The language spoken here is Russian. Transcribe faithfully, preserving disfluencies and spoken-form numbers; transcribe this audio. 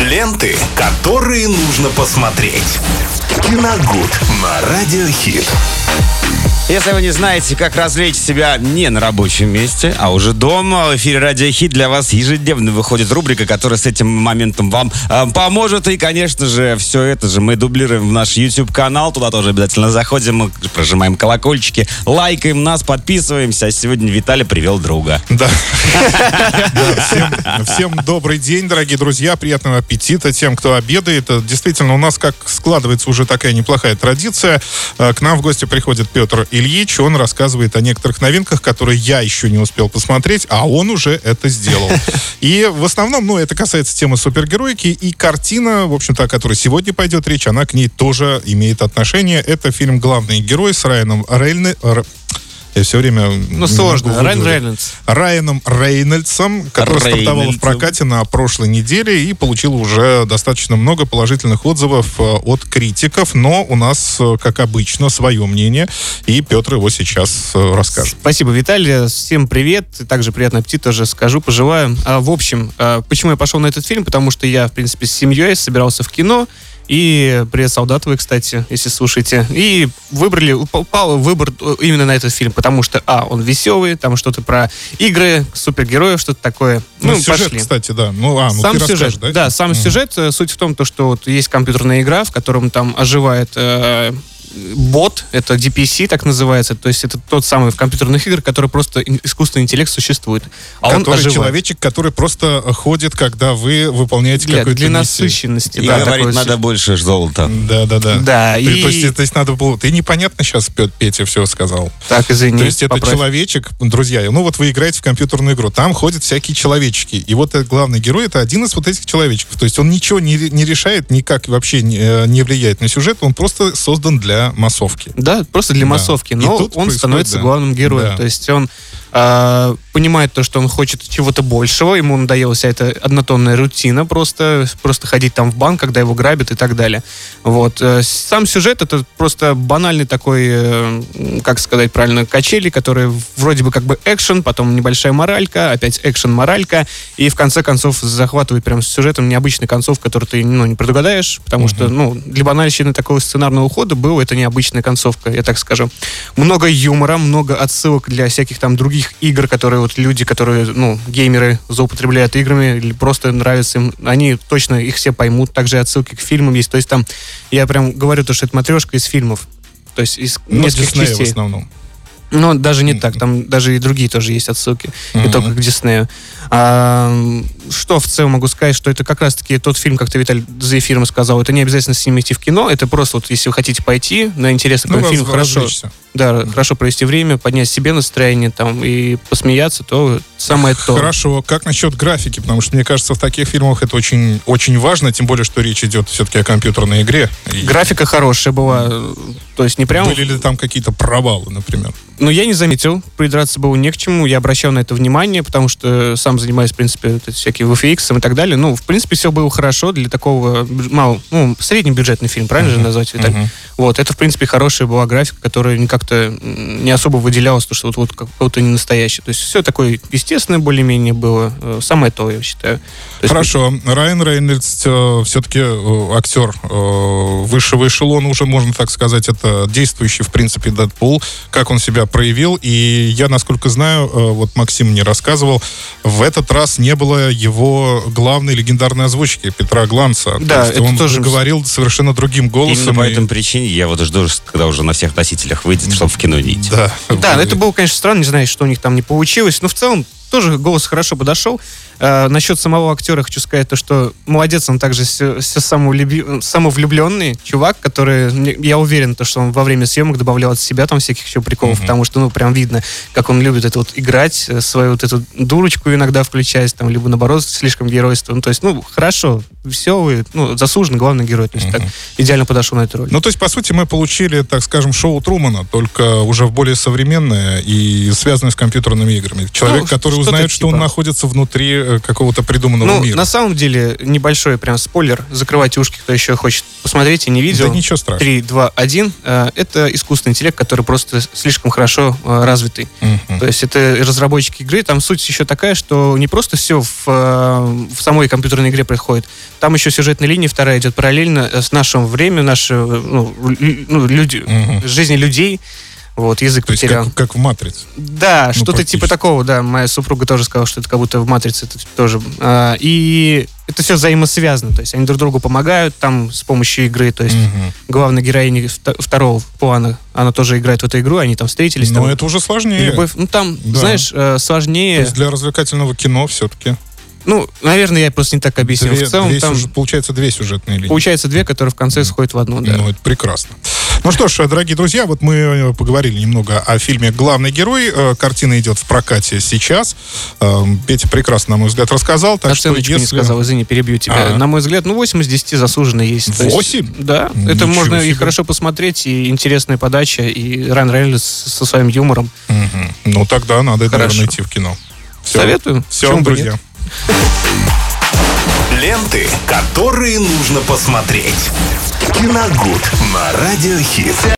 Ленты, которые нужно посмотреть. Киногуд на Радиохит. Если вы не знаете, как развлечь себя не на рабочем месте, а уже дома, в эфире Радио Хит для вас ежедневно выходит рубрика, которая с этим моментом вам э, поможет. И, конечно же, все это же мы дублируем в наш YouTube-канал. Туда тоже обязательно заходим, мы прожимаем колокольчики, лайкаем нас, подписываемся. А сегодня Виталий привел друга. Да. Всем добрый день, дорогие друзья. Приятного аппетита тем, кто обедает. Действительно, у нас как складывается уже такая неплохая традиция. К нам в гости приходит Петр Ильич, он рассказывает о некоторых новинках, которые я еще не успел посмотреть, а он уже это сделал. И в основном, ну, это касается темы супергеройки, и картина, в общем-то, о которой сегодня пойдет речь, она к ней тоже имеет отношение. Это фильм «Главный герой» с Райаном Рейнольдсом. Я все время... Ну, сложно. Райан Рейнольдс. Райаном Рейнольдсом, который стартовал в прокате на прошлой неделе и получил уже достаточно много положительных отзывов от критиков. Но у нас, как обычно, свое мнение. И Петр его сейчас расскажет. Спасибо, Виталий. Всем привет. Также приятный аппетит тоже скажу, пожелаю. А, в общем, а, почему я пошел на этот фильм? Потому что я, в принципе, с семьей собирался в кино. И привет, Солдатовой, кстати, если слушаете. И выбрали, упал выбор именно на этот фильм, потому что, а, он веселый, там что-то про игры, супергероев, что-то такое. Ну, ну сюжет, пошли. Кстати, да. Ну, а, ну сам ты сюжет, да? Да, сам mm-hmm. сюжет. Суть в том, то, что вот есть компьютерная игра, в котором там оживает... Э, бот, это ди пи си так называется, то есть это тот самый в компьютерных играх, который просто искусственный интеллект существует. А который он оживает. Человечек, который просто ходит, когда вы выполняете для, какую-то для миссию. насыщенности. И да, говорит, надо такое... больше золота. Да, да, да. Да, Ты, и... то, есть, то есть надо было... Ты непонятно сейчас, Петя, все сказал. Так, извини. То есть это поправь. человечек, друзья, ну вот вы играете в компьютерную игру, там ходят всякие человечки. И вот этот главный герой, это один из вот этих человечков. То есть он ничего не, не решает, никак вообще не, не влияет на сюжет, он просто создан для массовки. Да, просто для массовки. Да. Но он становится да. главным героем. Да. То есть он э, понимает то, что он хочет чего-то большего. Ему надоела вся эта однотонная рутина. Просто, просто ходить там в банк, когда его грабят и так далее. Вот. Сам сюжет — это просто банальный такой, э, как сказать правильно, качели, которые вроде бы как бы экшен, потом небольшая моралька, опять экшен-моралька. И в конце концов захватывает прям с сюжетом необычный концов, который ты ну, не предугадаешь. Потому угу. что ну, для банальщины такого сценарного ухода было это необычная концовка, я так скажу. Много юмора, много отсылок для всяких там других игр, которые вот люди, которые, ну, геймеры злоупотребляют играми или просто нравятся им, они точно их все поймут. Также отсылки к фильмам есть. То есть там, я прям говорю, то, что это матрешка из фильмов. То есть из ну, нескольких Диснея частей. В основном. Ну, даже не так, там даже и другие тоже есть отсылки, mm-hmm. не только к Диснею. А, что в целом могу сказать, что это как раз-таки тот фильм, как ты, Виталий, за эфиром сказал, это не обязательно с ним идти в кино, это просто вот, если вы хотите пойти на интересный ну, фильм, хорошо, да, mm-hmm. хорошо провести время, поднять себе настроение там и посмеяться, то самое то. Хорошо, как насчет графики? Потому что, мне кажется, в таких фильмах это очень, очень важно, тем более, что речь идет все-таки о компьютерной игре. Графика и... хорошая была, то есть не прямо... Были ли там какие-то провалы, например? Ну, я не заметил, придраться было не к чему, я обращал на это внимание, потому что сам занимаюсь, в принципе, всякие ви эф икс и так далее. Ну, в принципе, все было хорошо для такого, мало, ну, среднебюджетный фильм, правильно uh-huh. же назвать, Виталий? Uh-huh. Вот, это, в принципе, хорошая была графика, которая как-то не особо выделялась, потому что вот, вот какого-то не настоящего. То есть все такое естественное более-менее было, самое то, я считаю. То хорошо, есть... Райан Рейнольдс э, все-таки э, актер э, высшего эшелона, уже можно так сказать, это действующий, в принципе, Дэдпул, как он себя проявил, и я, насколько знаю, э, вот Максим мне рассказывал, в этот раз не было его главной легендарной озвучки Петра Гланца. Да, то есть это он тоже говорил совершенно другим голосом. Именно по и... этой причине я вот жду, когда уже на всех носителях выйдет, чтобы в кино не идти. Да, да, это было, конечно, странно, не знаю, что у них там не получилось, но в целом тоже голос хорошо подошел. А, насчет самого актера хочу сказать то, что молодец, он также все, все самовлюби... самовлюбленный чувак, который, я уверен, то, что он во время съемок добавлял от себя там всяких еще приколов, mm-hmm. потому что, ну, прям видно, как он любит это вот играть, свою вот эту дурочку иногда включать, там, либо, наоборот, слишком геройство. Ну, то есть, ну, хорошо, веселый, ну, заслуженный главный герой, то есть, mm-hmm. так идеально подошел на эту роль. Ну, то есть, по сути, мы получили, так скажем, шоу Трумана, только уже в более современное и связанное с компьютерными играми. Человек, ну, который узнает, типа. что он находится внутри э, какого-то придуманного Ну, мира. на самом деле, небольшой прям спойлер. Закрывайте ушки, кто еще хочет посмотреть и не видел. Да ничего страшного. три, два, один. Э, Это искусственный интеллект, который просто слишком хорошо э, развитый. Мгм. То есть это разработчики игры. Там суть еще такая, что не просто все в, э, в самой компьютерной игре происходит. Там еще сюжетная линия вторая идет параллельно с нашим временем, наши, ну, лю- ну, люди, Мгм. жизни людей. Вот, язык То есть потерял. как, как в «Матрице». Да, Ну, что-то практически. типа такого, да. Моя супруга тоже сказала, что это как будто в «Матрице» это тоже. А, и это все взаимосвязано. То есть они друг другу помогают там с помощью игры. То есть Мгм. главная героиня вто- второго плана, она тоже играет в эту игру, они там встретились. Но там, это уже сложнее. любовь. Ну там, Да. знаешь, э, То сложнее. есть для развлекательного кино все-таки. Ну, наверное, я просто не так объяснил. Две, В целом две там сюжет- получается две сюжетные линии. получается две, которые в конце сходят в одну. Да. Ну, это прекрасно. Ну что ж, дорогие друзья, вот мы поговорили немного о фильме «Главный герой». Э, Картина идет в прокате сейчас. Э, Петя прекрасно, на мой взгляд, рассказал. Так что Оценочку не если... сказал, извини, перебью тебя. А. На мой взгляд, ну, восемь из десяти заслуженно есть. То есть, Восемь? Да. Ничего это можно себе. и хорошо посмотреть, и интересная подача, и Райан Рейнольдс со своим юмором. Мгм. Ну, тогда надо, Хорошо. наверное, идти в кино. Всё. Советую. Все, Почему бы друзья. нет? Ленты, которые нужно посмотреть. Киногуд на Радиохит.